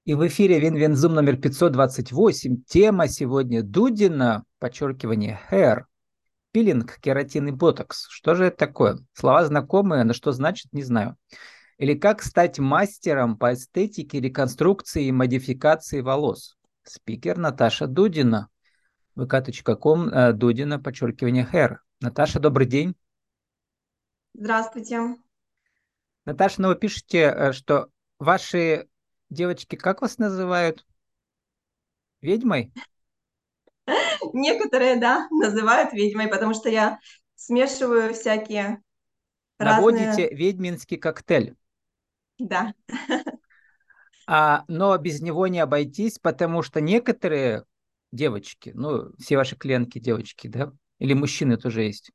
И в эфире Винвинзум номер 528. Тема сегодня Дудина, подчеркивание, hair, пилинг, кератин и ботокс. Что же это такое? Слова знакомые, но что значит, не знаю. Или как стать мастером по эстетике, реконструкции и модификации волос. Спикер Наташа Дудина. vk.com, Дудина, подчеркивание, hair. Наташа, добрый день. Здравствуйте. Наташа, ну вы пишете, что ваши девочки, как вас называют? Ведьмой? Некоторые, да, называют ведьмой, потому что я смешиваю всякие Наводите разные, ведьминский коктейль. да. Но без него не обойтись, потому что некоторые девочки, ну, все ваши клиентки девочки, да, или мужчины тоже есть.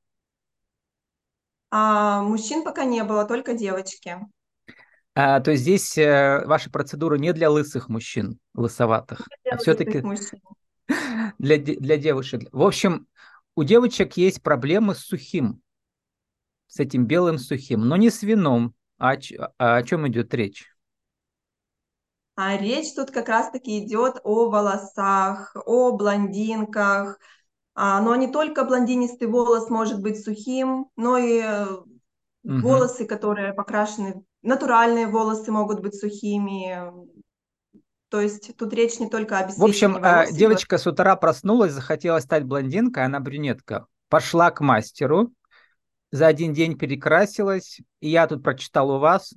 А мужчин пока не было, только девочки. То есть здесь ваша процедура не для лысых мужчин, лысоватых, а Для лысых все-таки мужчин. для девушек. В общем, у девочек есть проблемы с сухим, с этим белым сухим, но не с вином. О чем идет речь? А речь тут как раз-таки идет о волосах, о блондинках. Но не только блондинистый волос может быть сухим, но и Мгм. волосы, которые покрашены, натуральные волосы могут быть сухими. То есть тут речь не только о В общем, обесцвечивании волос идет. девочка с утра проснулась, захотела стать блондинкой, она брюнетка. Пошла к мастеру, за один день перекрасилась, и я тут прочитал у вас,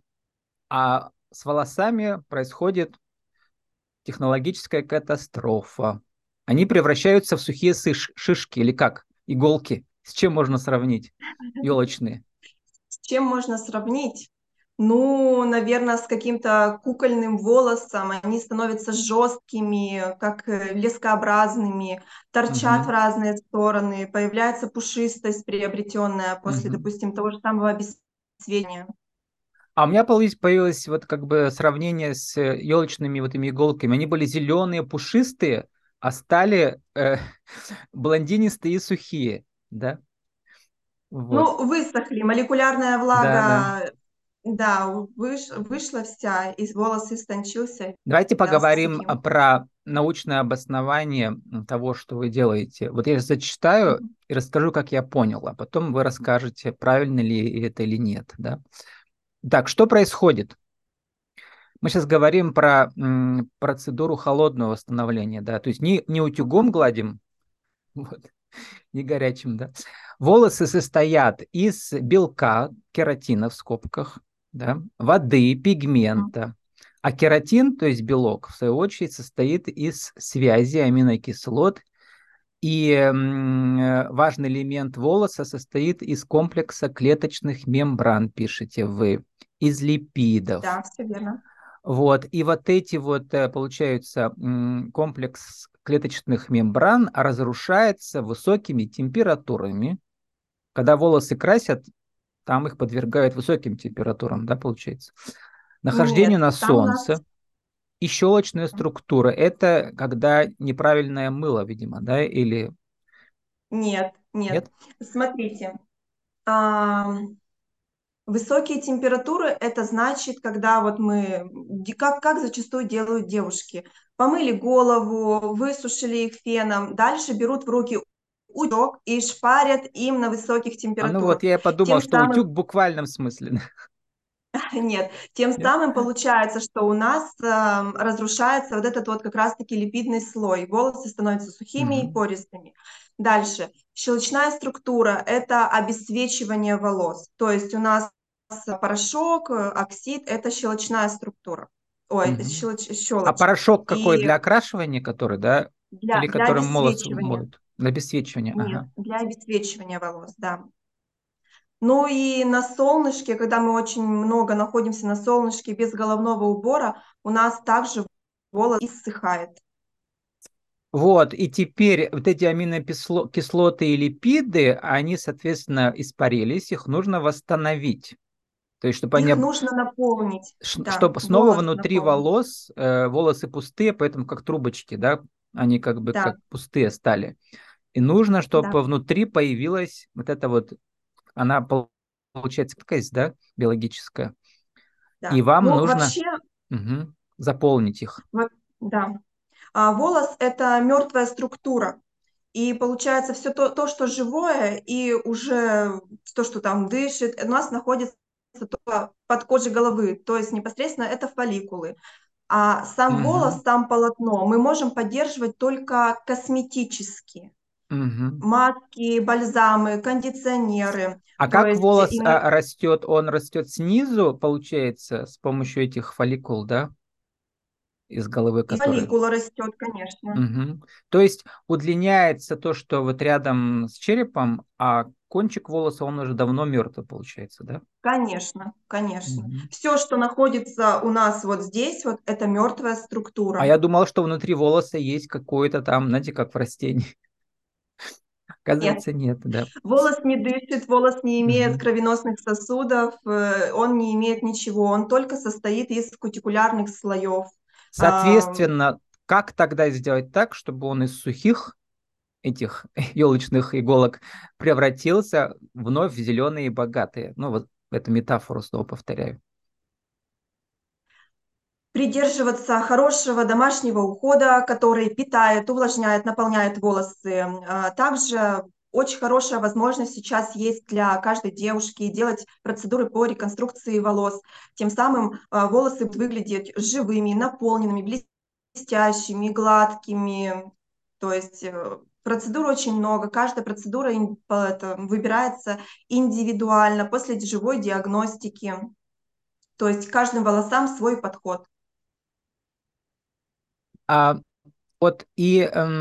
а с волосами происходит технологическая катастрофа. Они превращаются в сухие шишки, или как? Иголки. С чем можно сравнить? Елочные. С чем можно сравнить? Ну, наверное, с каким-то кукольным волосом. Они становятся жесткими, как лескообразными, торчат в Мгм. разные стороны, появляется пушистость, приобретенная после, Мгм. допустим, того же самого обесцвечивания. А у меня появилось вот как бы сравнение с елочными вот этими иголками. Они были зеленые, пушистые, а стали блондинистые и сухие, да? Вот. Ну, высохли, молекулярная Да, да. влага, да, вышла вся, и волос истончился, Давайте остался поговорим сухим. про научное обоснование того, что вы делаете. Вот я зачитаю Мгм. и расскажу, как я понял, а потом вы расскажете, правильно ли это или нет. Да? Так, что происходит? Мы сейчас говорим про процедуру холодного восстановления, да, то есть не утюгом Мгм. гладим, вот, не горячим, да. Волосы состоят из белка, кератина в скобках, да, воды, Мгм. пигмента. А кератин, то есть белок, в свою очередь, состоит из связи аминокислот. И важный элемент волоса состоит из комплекса клеточных мембран, пишете вы, из липидов. Да, все верно. Вот. И вот эти вот, получается, комплекс клеточных мембран разрушается высокими температурами. Когда волосы красят, там их подвергают высоким температурам, да, получается. Нахождению Нет, на там у нас солнце и щелочная структура. Это когда неправильное мыло, видимо, да, или нет, нет. нет? Смотрите, а, высокие температуры это значит, когда вот мы, как зачастую делают девушки, помыли голову, высушили их феном, дальше берут в руки утюг и шпарят им на высоких Ну вот, температурах. я и подумал, Тем что утюг самым в буквальном смысле. Нет, тем Нет? самым получается, что у нас разрушается вот этот вот как раз-таки липидный слой, волосы становятся сухими и Мгм. пористыми. Дальше, щелочная структура– это обесцвечивание волос, то есть у нас порошок, оксид– это щелочная структура, ой, Мгм. А щелочь. порошок какой И для окрашивания, который, да? Или для которым волосы обесцвечивания, моют? Для обесцвечивания, нет, ага. для обесцвечивания волос, да. Ну и на солнышке, когда мы очень много находимся на солнышке без головного убора, у нас также волос иссыхает. Вот, и теперь вот эти аминокислоты и липиды, они, соответственно, испарились, их нужно восстановить. То есть, чтобы Их нужно наполнить, да, чтобы снова волос внутри наполнить. волос, волосы пустые, поэтому как трубочки, да, они как бы Да, как пустые стали. И нужно, да, чтобы внутри появилась вот эта вот, она получается ткань, да, биологическая. И да. вам Ну, нужно... вообще, Мгм. заполнить их. Вот, да. Волос– это мертвая структура. И получается, все то, что живое, и уже то, что там дышит, у нас находится только под кожей головы, то есть непосредственно это фолликулы. А сам волос, Мгм. сам полотно мы можем поддерживать только косметически. Мгм. Маски, бальзамы, кондиционеры. А То как есть волос растет? Он растет снизу, получается, с помощью этих фолликул, да, из головы, и которые. фолликула растет, конечно. Мгм. То есть удлиняется то, что вот рядом с черепом, а кончик волоса, он уже давно мертвый, получается, да? Конечно, конечно. Мгм. Все, что находится у нас вот здесь, вот это мертвая А структура. я думал, что внутри волоса есть какой-то там, знаете, как в растении. Нет, Оказывается, нет, да. волос не дышит, волос не имеет Мгм. кровеносных сосудов, он не имеет ничего, он только состоит из кутикулярных слоев. А, Соответственно, как тогда сделать так, чтобы он из сухих этих елочных иголок превратился вновь в зеленые и богатые? Ну, вот эту метафору снова повторяю. Придерживаться хорошего домашнего ухода, который питает, увлажняет, наполняет волосы. Также очень хорошая возможность сейчас есть для каждой девушки делать процедуры по реконструкции волос. Тем самым волосы будут выглядеть живыми, наполненными, блестящими, гладкими. То есть процедур очень много. Каждая процедура выбирается индивидуально после живой диагностики. То есть к каждым волосам свой подход. А вот и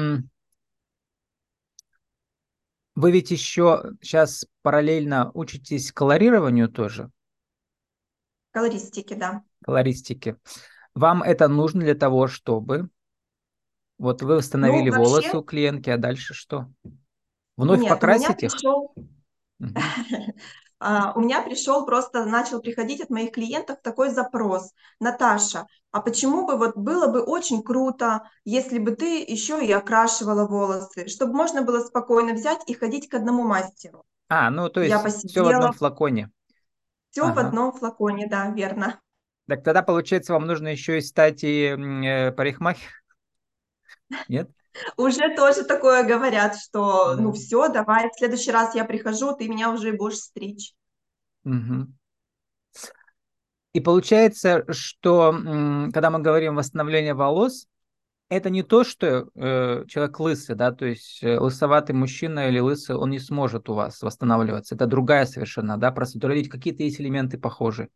вы ведь еще сейчас параллельно учитесь колорированию тоже, Колористики, да. колористике. Вам это нужно для того, чтобы вот вы Ну, восстановили волосы вообще, у клиентки, а дальше что? Вновь нет, покрасить их? Мгм. у меня пришел, просто начал приходить от моих клиентов такой запрос. Наташа, а почему бы вот было бы очень круто, если бы ты еще и окрашивала волосы, чтобы можно было спокойно взять и ходить к одному мастеру. А, ну то Я есть все в одном посидела, флаконе. все в Ага. одном флаконе, да, верно. Так тогда, получается, вам нужно еще и стать и парикмахер, нет? Уже тоже такое говорят, что ну Да. все, давай, в следующий раз я прихожу, ты меня уже будешь стричь. Мгм. И получается, что когда мы говорим восстановление волос, это не то, что человек лысый, да, то есть лысоватый мужчина или лысый, он не сможет у вас восстанавливаться. Это другая совершенно, да, процедура. Ведь какие-то есть элементы похожие.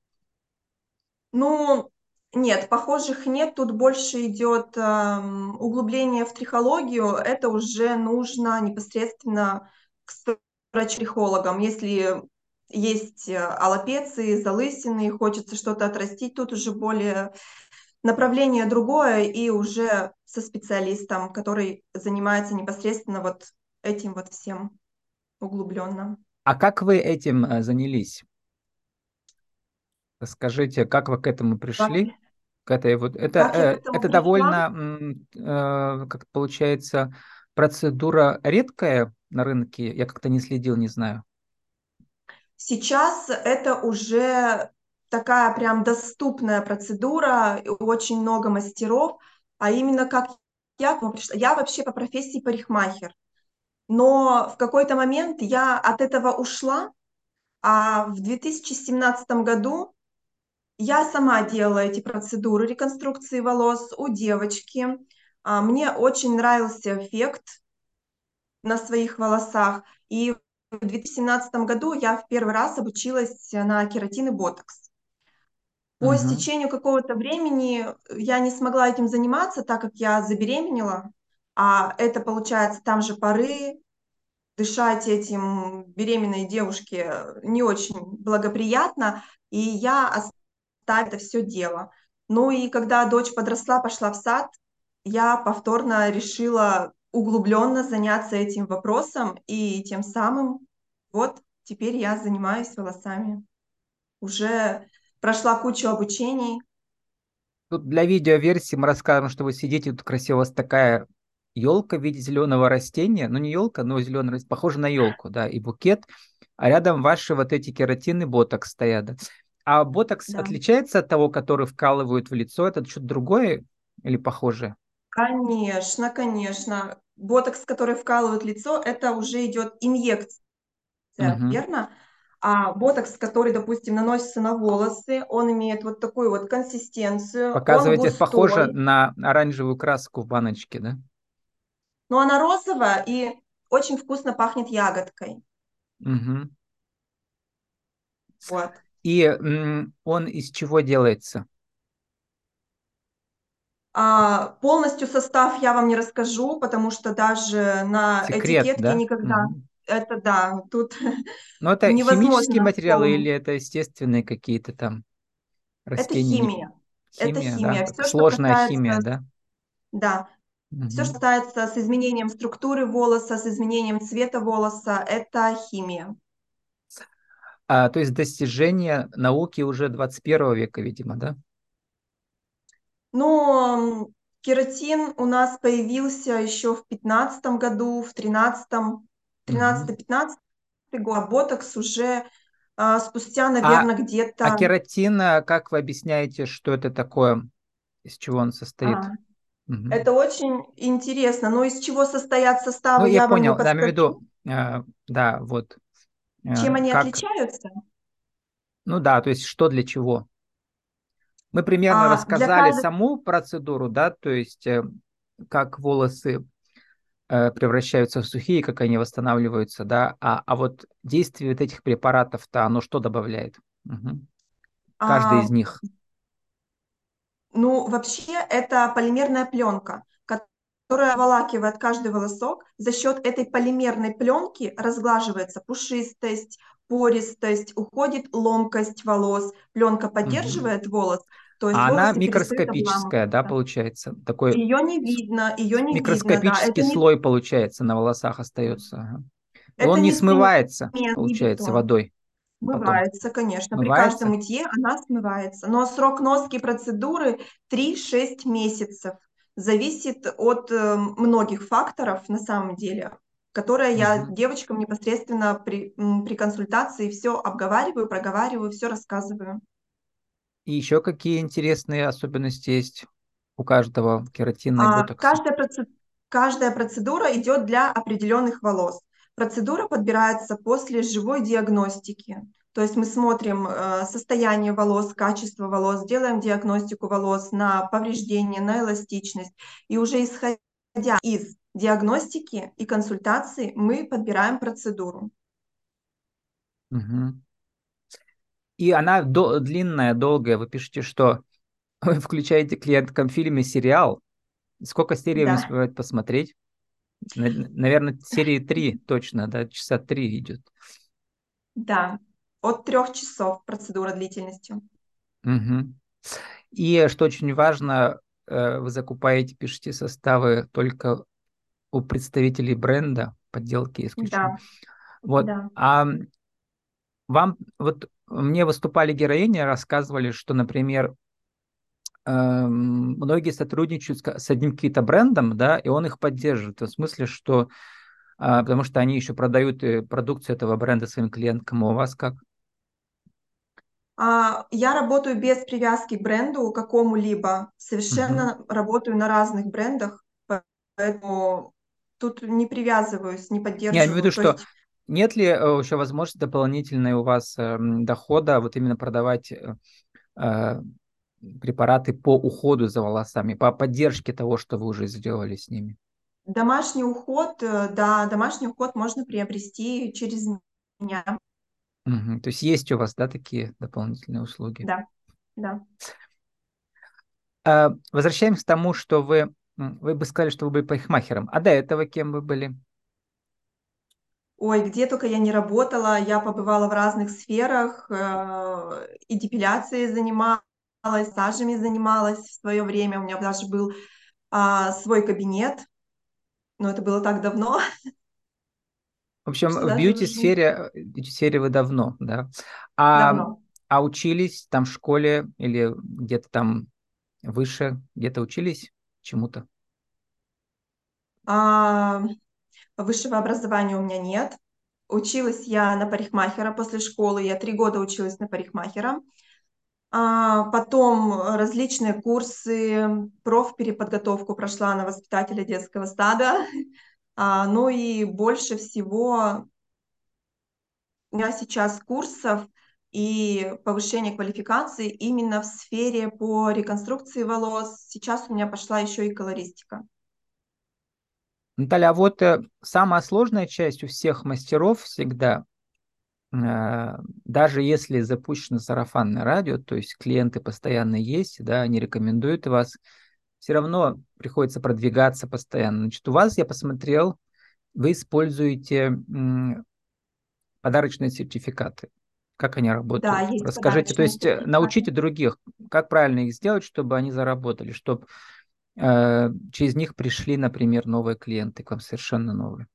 Ну, нет, похожих нет. Тут больше идет углубление в трихологию. Это уже нужно непосредственно к врач-трихологам. Если есть аллопеции, залысины, хочется что-то отрастить, тут уже более направление другое и уже со специалистом, который занимается непосредственно вот этим вот всем углубленно. А как вы этим занялись? Расскажите, как вы к этому Как, пришли? К этой вот, как я к этому это пришла? довольно, как получается, процедура редкая на рынке. Я как-то не следил, не знаю. Сейчас это уже такая прям доступная процедура, и очень много мастеров, а именно как я к этому пришла. Я вообще по профессии парикмахер, но в какой-то момент я от этого ушла, а в 2017 году я сама делала эти процедуры реконструкции волос у девочки. Мне очень нравился эффект на своих волосах, и в 2017 году я в первый раз обучилась на кератин и ботокс. По Мгм. истечению какого-то времени я не смогла этим заниматься, так как я забеременела, а это получается там же поры, дышать этим беременной девушке не очень благоприятно, и я оставила это все дело. Ну и когда дочь подросла, пошла в сад, я повторно решила углубленно заняться этим вопросом, и тем самым вот теперь я занимаюсь волосами. Уже прошла кучу обучений. Тут для видеоверсии мы расскажем, что вы сидите, тут красиво у вас такая елка в виде зеленого растения. Ну, не елка, но зеленый растение, похоже на елку, да, и букет. А рядом ваши вот эти кератины ботокс стоят. Да. А ботокс Да. отличается от того, который вкалывают в лицо? Это что-то другое или похожее? Конечно, конечно. Ботокс, который вкалывают в лицо, это уже идет инъекция, Мгм. верно? А ботокс, который, допустим, наносится на волосы, он имеет вот такую вот консистенцию, он Показываете, похоже густой, на оранжевую краску в баночке, да? но она розовая и очень вкусно пахнет ягодкой. Мгм. Вот. И он из чего делается? Полностью состав я вам не расскажу, потому что даже на Секрет, этикетке да? никогда, Мгм. это да, тут Но это химические невозможно материалы вспомнить. или это естественные какие-то там Это растения? химия. Это Химия, да? химия. Как Все, что сложная касается, химия, да? да, все, что Мгм. касается с изменением структуры волоса, с изменением цвета волоса, это химия. То есть достижение науки уже 21 века, видимо, да? Но кератин у нас появился еще в 15 году, в 13-м, Мгм. 13-15 год, а ботокс уже спустя, А, наверное, а где-то. кератин, как вы объясняете, что это такое, из чего он состоит? А, Мгм. это очень интересно. Но из чего состоят Ну, составы, я я вам не понял, да, имею в подскажу. виду, да, вот, Чем они как, отличаются? ну да, то есть что для чего? Мы примерно Для рассказали каждого. саму процедуру, да, то есть как волосы превращаются в сухие, как они восстанавливаются, да, а вот действие вот этих препаратов-то, оно что добавляет? Мгм. Каждый из них. Ну, вообще, это полимерная пленка, которая обволакивает каждый волосок. За счет этой полимерной пленки разглаживается пушистость, пористость, уходит ломкость волос. Пленка Мгм. поддерживает волос, то есть А она волосы перестают микроскопическая, да, обламываться. получается? Такой Ее не видно, да. микроскопический слой, получается, на волосах остается. Ага. И Это он не не смывается, цемент, не получается, бетон. водой потом. Смывается, конечно. При каждом Смывается? мытье она смывается. Но срок носки процедуры 3-6 месяцев. Зависит от многих факторов на самом деле, которые я Мгм. девочкам непосредственно при консультации все обговариваю, проговариваю, все рассказываю. И еще какие интересные особенности есть у каждого кератина и А, ботокса? каждая, каждая процедура идет для определенных волос. Процедура подбирается после живой диагностики. То есть мы смотрим состояние волос, качество волос, делаем диагностику волос на повреждения, на эластичность. И уже исходя из диагностики и консультации мы подбираем процедуру. Мгм. И она длинная, долгая. Вы пишете, что вы включаете клиенткам в фильме сериал. Сколько серий он Да, успевает посмотреть? Наверное, серии 3 точно, да, часа 3 идет. да. От 3 часов процедура длительностью. Мгм. И что очень важно, вы закупаете, пишите составы только у представителей бренда, подделки Да, исключены. Вот. да. А вам, вот мне выступали героини, рассказывали, что, например, многие сотрудничают с одним каким-то брендом, да, и он их поддерживает. В смысле, что потому что они еще продают продукцию этого бренда своим клиенткам. А у вас как? Я работаю без привязки к бренду какому-либо, Мгм. совершенно работаю на разных брендах, поэтому тут не привязываюсь, не Я имею в виду, поддерживаю. То что есть, нет ли еще возможности дополнительной у вас дохода, вот именно продавать э, препараты по уходу за волосами, по поддержке того, что вы уже сделали с ними? домашний уход, да, домашний уход можно приобрести через меня, Мгм. То есть есть у вас, да, такие дополнительные услуги? да, да. Возвращаемся к тому, что вы бы сказали, что вы были парикмахером. А до этого кем вы были? Ой, где только я не работала, я побывала в разных сферах, и депиляцией занималась, массажами занималась в свое время, у меня даже был свой кабинет, но это было так давно, В общем, что в даже уже бьюти-сфере вы давно, да? А, давно. а учились там в школе или где-то там выше, где-то учились чему-то? А, Высшего образования у меня нет. Училась я на парикмахера после школы. Я 3 года училась на парикмахера. Потом различные курсы, профпереподготовку прошла на воспитателя детского стада. Ну и больше всего у меня сейчас курсов и повышение квалификации именно в сфере по реконструкции волос. Сейчас у меня пошла еще и колористика. Наталья, а вот самая сложная часть у всех мастеров всегда, даже если запущено сарафанное радио, то есть клиенты постоянно есть, да, они рекомендуют вас, все равно приходится продвигаться постоянно. Значит, у вас, я посмотрел, вы используете подарочные сертификаты. Как они Да, работают? есть Расскажите. То подарочные есть сертификаты. научите других, как правильно их сделать, чтобы они заработали, чтобы через них пришли, например, новые клиенты к вам, совершенно новые.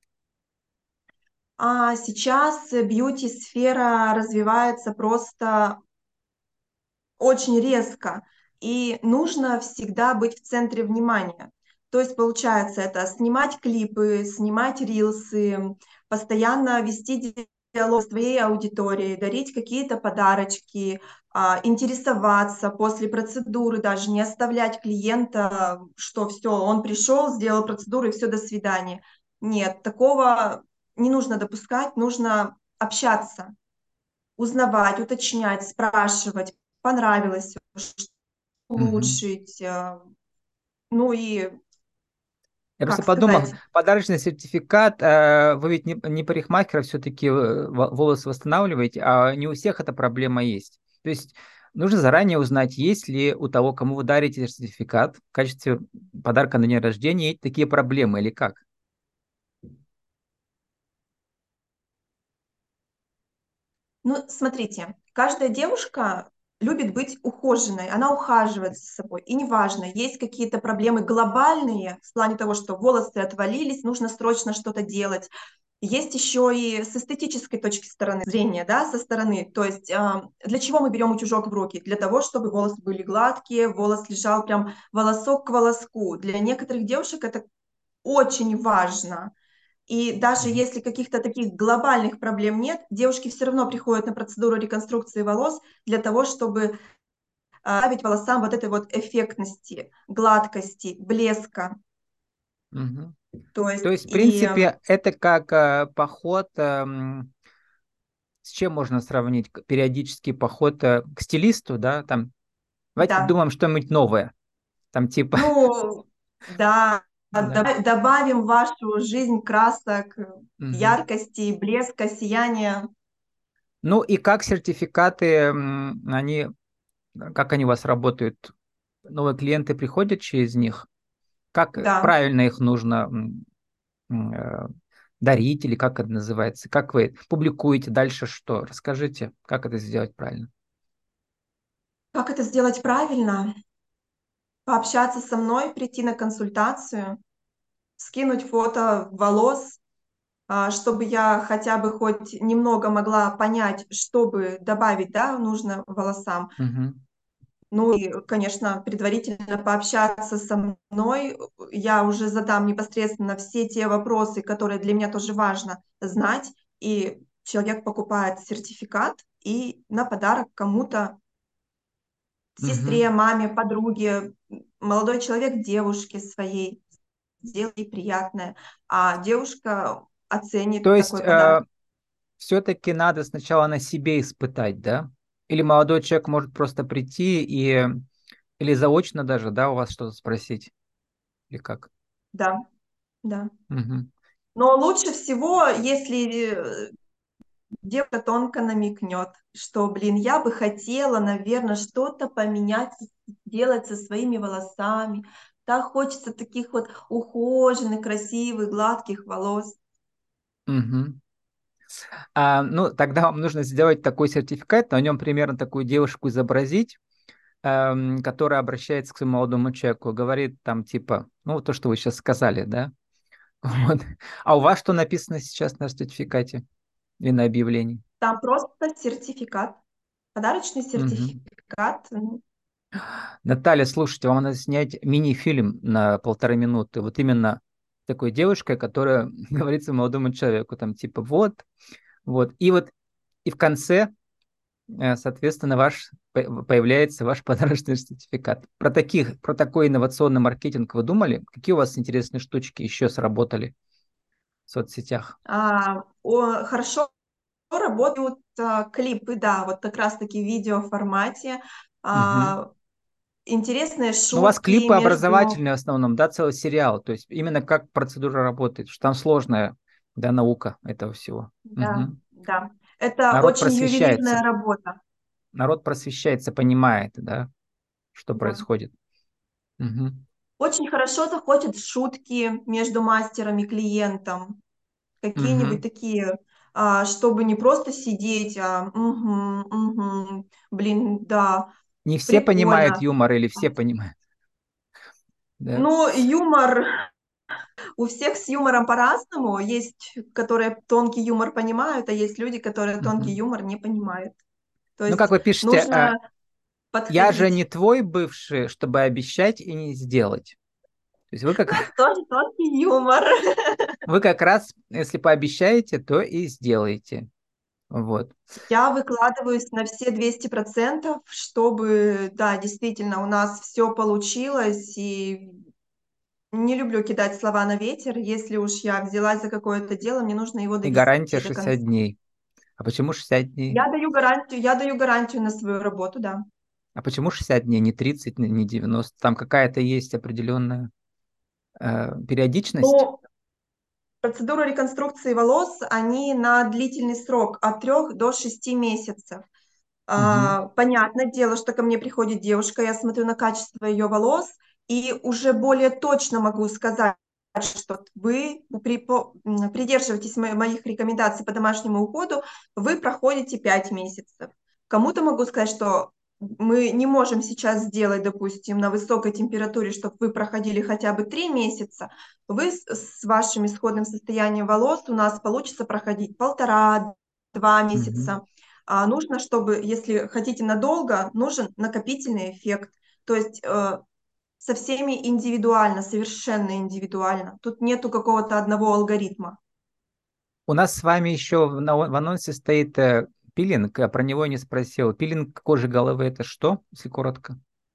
А сейчас бьюти-сфера развивается просто очень резко, и нужно всегда быть в центре внимания. То есть, получается, это снимать клипы, снимать рилсы, постоянно вести диалог с твоей аудиторией, дарить какие-то подарочки, интересоваться после процедуры, даже не оставлять клиента, что все, он пришел, сделал процедуру и все, до свидания. Нет, такого не нужно допускать, нужно общаться, узнавать, уточнять, спрашивать, понравилось, что Мгм. улучшить. Ну и, Я просто как подумал, сказать, подарочный сертификат, вы ведь не парикмахер, а все-таки волосы восстанавливаете, а не у всех эта проблема есть. То есть нужно заранее узнать, есть ли у того, кому вы дарите сертификат в качестве подарка на день рождения, такие проблемы или как? ну, смотрите, каждая девушка любит быть ухоженной, она ухаживает за собой. И неважно, есть какие-то проблемы глобальные в плане того, что волосы отвалились, нужно срочно что-то делать. Есть еще и с эстетической точки зрения, да, со стороны. То есть для чего мы берем утюжок в руки? Для того, чтобы волосы были гладкие, волос лежал прям волосок к волоску. Для некоторых девушек это очень важно. И даже Мгм. если каких-то таких глобальных проблем нет, девушки все равно приходят на процедуру реконструкции волос для того, чтобы добавить волосам вот этой вот эффектности, гладкости, блеска. Мгм. То То есть есть, в и принципе, это как поход, с чем можно сравнить? Периодический поход к стилисту, да, там, давайте да, придумаем что-нибудь новое, там типа, ну да, да. добавим в вашу жизнь красок, Мгм. яркости, блеска, сияния. Ну и как сертификаты, как они у вас работают? Новые клиенты приходят через них? Как Да. правильно их нужно м, э, дарить или как это называется? Как вы публикуете дальше что? Расскажите, как это сделать правильно? Как это сделать правильно? Пообщаться со мной, прийти на консультацию, скинуть фото волос, чтобы я хотя бы хоть немного могла понять, что бы добавить, да, нужно волосам. Мгм. Ну и, конечно, предварительно пообщаться со мной. Я уже задам непосредственно все те вопросы, которые для меня тоже важно знать. И человек покупает сертификат и на подарок кому-то, сестре, Мгм. маме, подруге, молодой человек девушке своей сделает ей приятное, а девушка То оценит есть такой подарок. все-таки надо сначала на себе испытать, да? Или молодой человек может просто прийти и или заочно даже, да, у вас что-то спросить, или как? Да, да. Мгм. Но лучше всего, если девушка тонко намекнет, что, блин, я бы хотела, наверное, что-то поменять, сделать со своими волосами. Так хочется таких вот ухоженных, красивых, гладких волос. Мгм. Ну, тогда вам нужно сделать такой сертификат, на нем примерно такую девушку изобразить, которая обращается к своему молодому человеку, говорит там типа, ну, то, что вы сейчас сказали, да? Вот. А у вас что написано сейчас на сертификате или на объявлении? Там просто сертификат, подарочный Мгм. сертификат. Наталья, слушайте, вам надо снять мини-фильм на 1,5 минуты. Вот именно такой девушкой, которая говорит своему молодому человеку, там, типа, вот. И в конце соответственно, появляется ваш подарочный сертификат. Про такой инновационный маркетинг вы думали? Какие у вас интересные штучки еще сработали в соцсетях? Хорошо работают клипы, да, вот как раз-таки в видеоформате. Мгм. А, Интересные Ну, у вас шутки клипы между... образовательные в основном, да, целый сериал. То есть именно как процедура работает, что там сложная, да, наука этого всего. Да, Мгм. да. Это Народ очень ювелирная просвещается. работа. Народ просвещается, понимает, да, что Да. происходит. Мгм. Очень хорошо заходят шутки между мастером и клиентом. Какие-нибудь Мгм. такие, чтобы не просто сидеть, «Мгм, мгм, блин, да, Не все понимают прикольно». юмор или все понимают, да. Ну, юмор, у всех с юмором по-разному. Есть, которые тонкий юмор понимают, а есть люди, которые тонкий Мгм. юмор не понимают. То Ну, как есть вы пишете, нужно я же подходить. не твой бывший, чтобы обещать и не сделать. То есть Ну, это тоже тонкий юмор. вы как раз, если пообещаете, то и сделаете. Вот. Я выкладываюсь на все 200%, чтобы, да, действительно, у нас все получилось. И не люблю кидать слова на ветер. Если уж я взялась за какое-то дело, мне нужно его И гарантия довести до 60 конца. дней. А почему 60 дней? Я даю гарантию на свою работу, да. А почему 60 дней, не 30, не 90? Там какая-то есть определенная периодичность? Но процедуры реконструкции волос, они на длительный срок, от 3 до 6 месяцев. Мгм. Понятное дело, что ко мне приходит девушка, я смотрю на качество ее волос и уже более точно могу сказать, что вы придерживаетесь моих рекомендаций по домашнему уходу, вы проходите 5 месяцев. Кому-то могу сказать, что мы не можем сейчас сделать, допустим, на высокой температуре, чтобы вы проходили хотя бы 3 месяца. Вы с вашим исходным состоянием волос у нас получится проходить 1,5-2 месяца. Мгм. Нужно, чтобы, если хотите надолго, нужен накопительный эффект. То есть со всеми индивидуально, совершенно индивидуально. Тут нету какого-то одного алгоритма. У нас с вами еще в анонсе стоит пилинг, а про него я не спросил. Пилинг кожи головы это что, если коротко?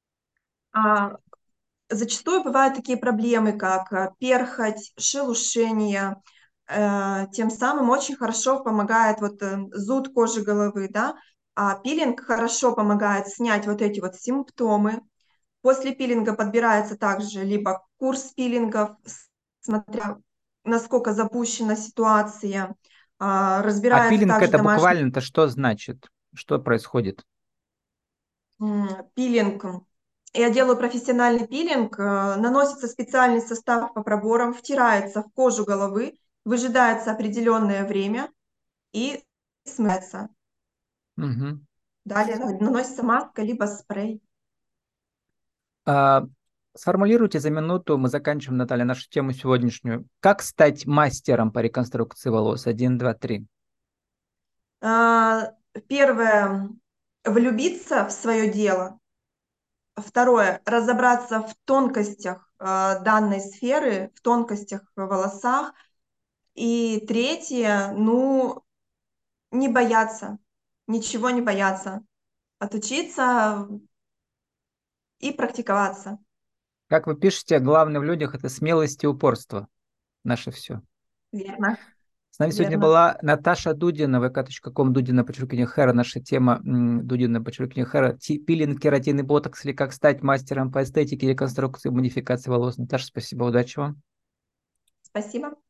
А, Зачастую бывают такие проблемы, как перхоть, шелушение. Тем самым очень хорошо помогает вот зуд кожи головы, да. А пилинг хорошо помогает снять вот эти вот симптомы. После пилинга подбирается также либо курс пилингов, смотря насколько запущена ситуация, А разбирается пилинг также это домашний буквально-то что значит? Что происходит? пилинг. Я делаю профессиональный пилинг, наносится специальный состав по проборам, втирается в кожу головы, выжидается определенное время и смывается. Мгм. Далее наносится маска либо спрей. А, Сформулируйте за минуту, мы заканчиваем, Наталья, нашу тему сегодняшнюю. Как стать мастером по реконструкции волос? Один, два, три. А, Первое, влюбиться в свое дело. Второе, разобраться в тонкостях данной сферы, в тонкостях в волосах. И третье, ну, не бояться, ничего не бояться, отучиться и практиковаться. Как вы пишете, главное в людях это смелость и упорство. Наше все. Верно, С нами сегодня верно. была Наташа Дудина, vk.com, Дудина, подчеркивание Хэра. Наша тема Дудина, подчеркивание Хэра. Пилинг, кератин и ботокс, или как стать мастером по эстетике, реконструкции, модификации волос. Наташа, спасибо, удачи вам. Спасибо.